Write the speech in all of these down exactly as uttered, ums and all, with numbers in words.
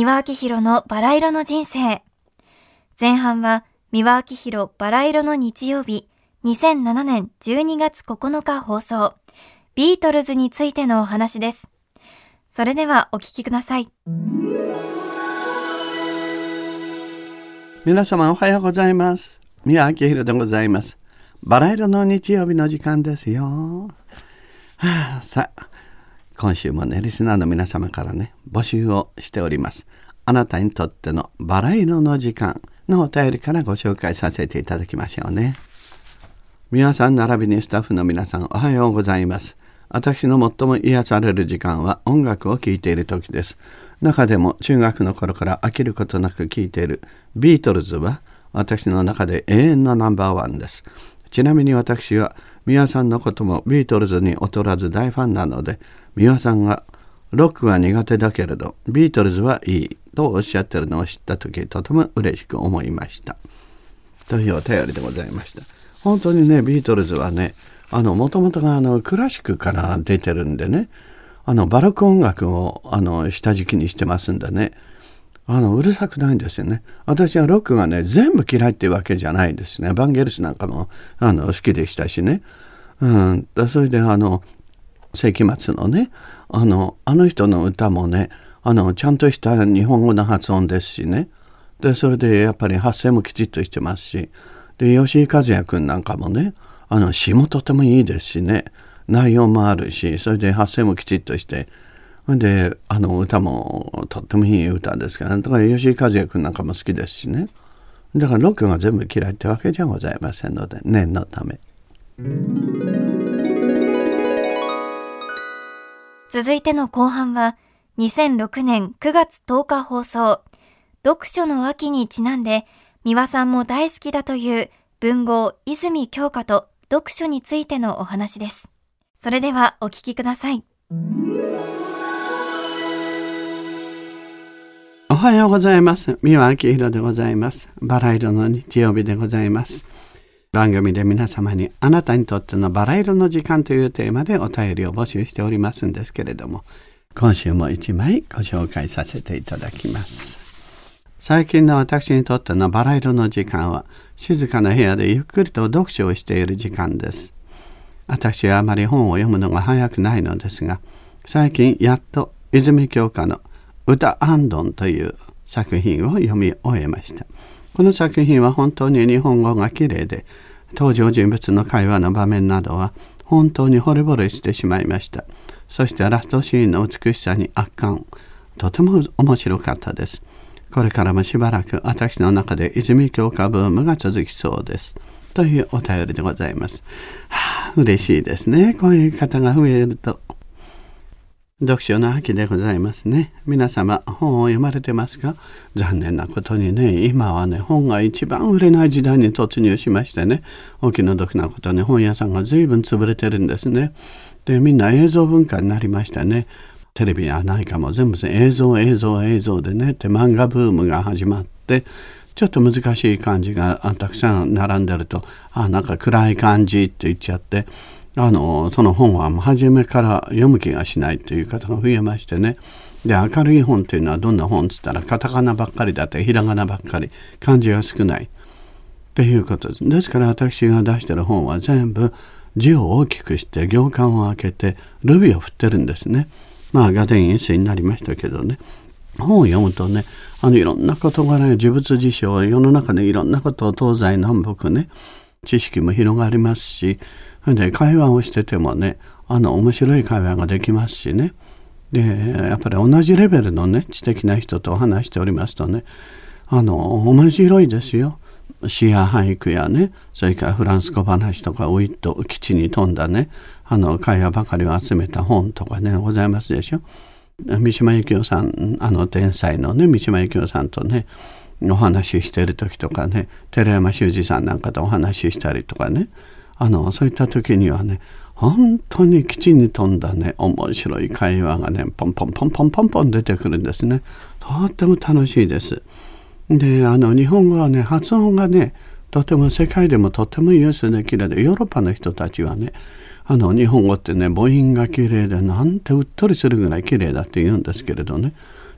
三輪明宏のバラ色の人生。前半は三輪明宏バラ色の日曜日、にせんななねんじゅうにがつここのか放送、ビートルズについてのお話です。それではお聞きください。 皆様おはようございます。三輪明宏でございます。バラ色の日曜日の時間ですよ。はあ、さあ今週もねリスナーの皆様からね募集をしております。あなたにとってのバラ色の時間のお便りからご紹介させていただきましょうね。皆さん並びにスタッフの皆さんおはようございます。私の最も癒される時間は音楽を聴いている時です。中でも中学の頃から飽きることなく聴いているビートルズは私の中で永遠のナンバーワンです。ちなみに私は三輪さんのこともビートルズに劣らず大ファンなので、三輪さんがロックは苦手だけれどビートルズはいいとおっしゃってるのを知ったとき、とても嬉しく思いましたというお便りでございました。本当にねビートルズはねあのもともとがあのクラシックから出てるんでね、あのバロック音楽をあの下敷きにしてますんでね、あのうるさくないんですよね。私はロックがね全部嫌いっていうわけじゃないですね。バンゲルスなんかもあの好きでしたしね、うん、それであの世紀末のねあのあの人の歌もねあのちゃんとした日本語の発音ですしね、でそれでやっぱり発声もきちっとしてますし、で吉井和也君なんかもねあの詩もとてもいいですしね、内容もあるし、それで発声もきちっとして、であの歌もとってもいい歌ですから、だから吉井和也君なんかも好きですしね、だからロックが全部嫌いってわけじゃございませんので念のため。 続いての後半はにせんろくねんくがつとおか放送、読書の秋にちなんで三輪さんも大好きだという文豪泉鏡花と読書についてのお話です。それではお聞きください。 おはようございます。三輪明宏でございます。バラ色の日曜日でございます。番組で皆様にあなたにとってのバラ色の時間というテーマでお便りを募集しておりますんですけれども、今週も一枚ご紹介させていただきます。最近の私にとってのバラ色の時間は静かな部屋でゆっくりと読書をしている時間です。私はあまり本を読むのが早くないのですが、最近やっと泉鏡花の歌アンドンという作品を読み終えました。この作品は本当に日本語がきれいで、登場人物の会話の場面などは本当に惚れ惚れしてしまいました。そしてラストシーンの美しさに圧巻。とても面白かったです。これからもしばらく私の中で泉鏡花ブームが続きそうです。というお便りでございます。はあ、嬉しいですね。こういう方が増えると。読書の秋でございますね。皆様本を読まれてますか？残念なことにね、今はね本が一番売れない時代に突入しましてね、お気の毒なことに本屋さんが随分潰れてるんですね。でみんな映像文化になりましたね。テレビやないかも全部映像映像映像でねって漫画ブームが始まって、ちょっと難しい漢字がたくさん並んでると、あなんか暗い漢字って言っちゃって、あのその本はもう初めから読む気がしないという方が増えましてね。で明るい本というのはどんな本っつったらカタカナばっかりだってひらがなばっかり、漢字が少ないっていうことです。ですから私が出してる本は全部字を大きくして行間を開けてルビを振ってるんですね。まあガテン飲水になりましたけどね、本を読むとねあのいろんな事柄や呪物事象、世の中でいろんなことを東西南北ね知識も広がりますし、で会話をしててもねあの面白い会話ができますしね、でやっぱり同じレベルのね知的な人と話しておりますとねあの面白いですよ。詩や俳句やね、それからフランス語話とかウィット基地に富んだねあの会話ばかりを集めた本とかねございますでしょ。三島由紀夫さん、あの天才のね三島由紀夫さんとねお話ししている時とかね、寺山修司さんなんかとお話ししたりとかね、あのそういった時にはね本当に基地に富んだね面白い会話がねポンポンポンポンポンポン出てくるんですね。とっても楽しいです。であの日本語はね発音がねとても世界でもとても有数で綺麗で、ヨーロッパの人たちはねあの日本語ってね母音が綺麗でなんてうっとりするぐらい綺麗だって言うんですけれどね、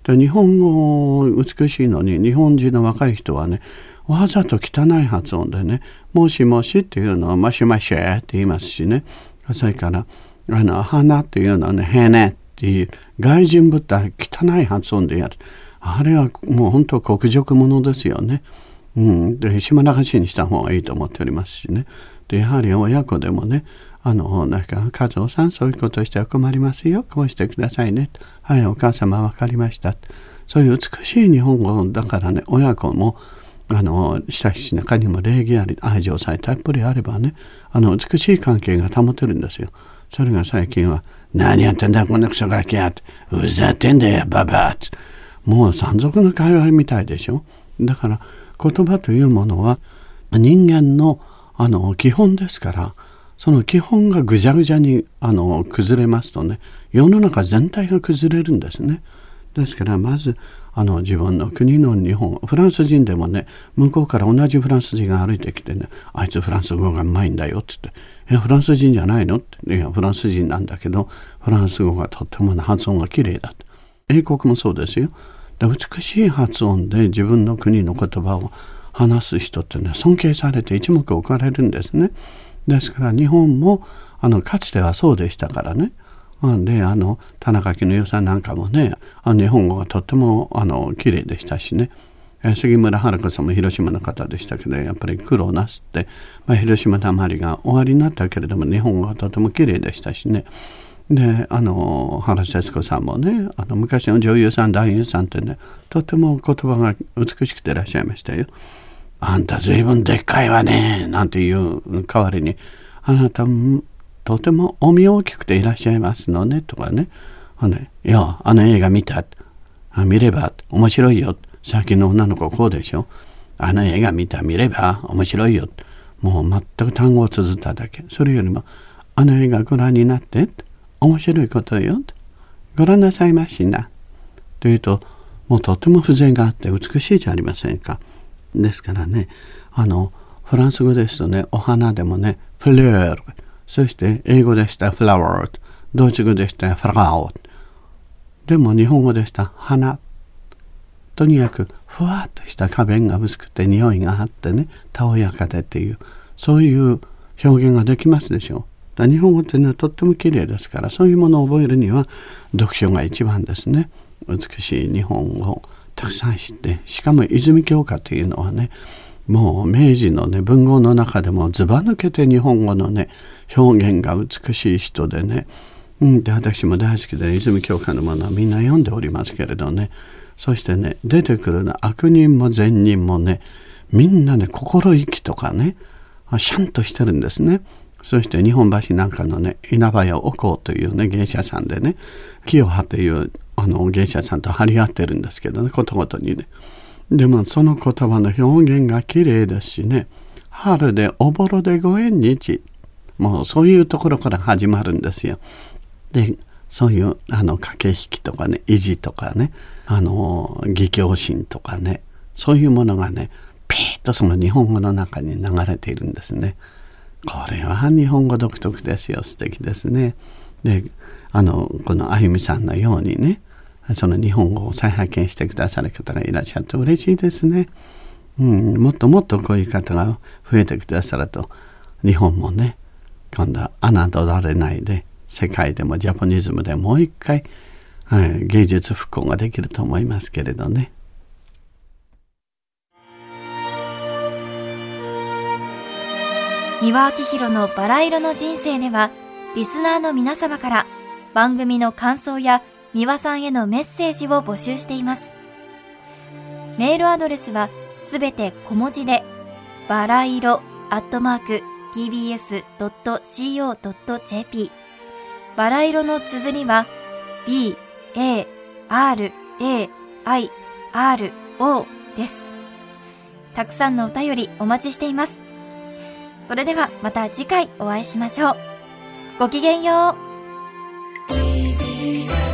で日本語美しいのに日本人の若い人はねわざと汚い発音でねもしもしっていうのはマシマシェって言いますしね、それからあの花っていうのはねヘネっていう外人ぶった汚い発音でやる。あれはもう本当国辱ものですよね。うん、で島流しにした方がいいと思っておりますしね。でやはり親子でもねあのなんか和夫さんそういうことしては困りますよ、こうしてくださいね、はいお母様分かりました、そういう美しい日本語だからね親子もあの親し中にも礼儀あり愛情さえたっぷりあればねあの美しい関係が保てるんですよ。それが最近は何やってんだこのクソガキやってうざってんだよババってもう山賊の会話みたいでしょ。だから言葉というものは人間のあの基本ですから、その基本がぐじゃぐじゃにあの崩れますとね世の中全体が崩れるんですね。ですからまずあの自分の国の日本フランス人でもね向こうから同じフランス人が歩いてきてねあいつフランス語がうまいんだよって言っていやフランス人じゃないのって、いやフランス人なんだけどフランス語がとっても発音が綺麗だと。英国もそうですよ。で美しい発音で自分の国の言葉を話す人ってね尊敬されて一目置かれるんですね。ですから日本もあのかつてはそうでしたからね。であの田中絹代さんなんかもねあの日本語がとってもあの綺麗でしたしね、杉村春子さんも広島の方でしたけどやっぱり苦労なすって、まあ、広島だまりが終わりになったけれども日本語がとても綺麗でしたしね。であの原節子さんもねあの昔の女優さん男優さんってねとても言葉が美しくていらっしゃいましたよ。あんた随分でっかいわねなんていう代わりにあなたとてもお身大きくていらっしゃいますのねとかね、あのいやあの映画見たあ見れば面白いよ、最近の女の子こうでしょ、あの映画見た見れば面白いよ、もう全く単語を綴っただけ。それよりもあの映画ご覧になって面白いことよご覧なさいましなというともうとても風情があって美しいじゃありませんか。ですからねあのフランス語ですとねお花でもねフレール、そして英語でしたらフラワー、ドイツ語でしたらフラワー、でも日本語でした花、とにかくふわっとした花弁が薄くて匂いがあってねたおやかでっていうそういう表現ができますでしょう。だ日本語ってねとっても綺麗ですからそういうものを覚えるには読書が一番ですね。美しい日本語をたくさん知って、しかも泉鏡花というのはねもう明治のね文豪の中でもずば抜けて日本語のね表現が美しい人でね、うん、で私も大好きで泉鏡花のものはみんな読んでおりますけれどね、そしてね出てくるの悪人も善人もねみんなね心意気とかねシャンとしてるんですね。そして日本橋なんかのね稲葉屋おこうというね芸者さんでね清葉というあの芸者さんと張り合ってるんですけどねことごとにね。でもその言葉の表現が綺麗ですしね、春でおぼろでご縁日、もうそういうところから始まるんですよ。でそういうあの駆け引きとかね意地とかねあの義侠心とかねそういうものがねピーッとその日本語の中に流れているんですね。これは日本語独特ですよ、素敵ですね。であのこのあゆみさんのようにねその日本語を再発見してくださる方がいらっしゃって嬉しいですね、うん、もっともっとこういう方が増えてくださると日本もね今度は侮られないで世界でもジャポニズムでもう一回、はい、芸術復興ができると思いますけれどね。 三輪明宏のバラ色の人生ではリスナーの皆様から番組の感想や三輪さんへのメッセージを募集しています。メールアドレスはすべて小文字でバラ色アットマーク ティービーエスドットシーオードットジェーピー バラ色の綴りは ビー エー アール エー アイ アール オー です。たくさんのお便りお待ちしています。それではまた次回お会いしましょう。ごきげんよう。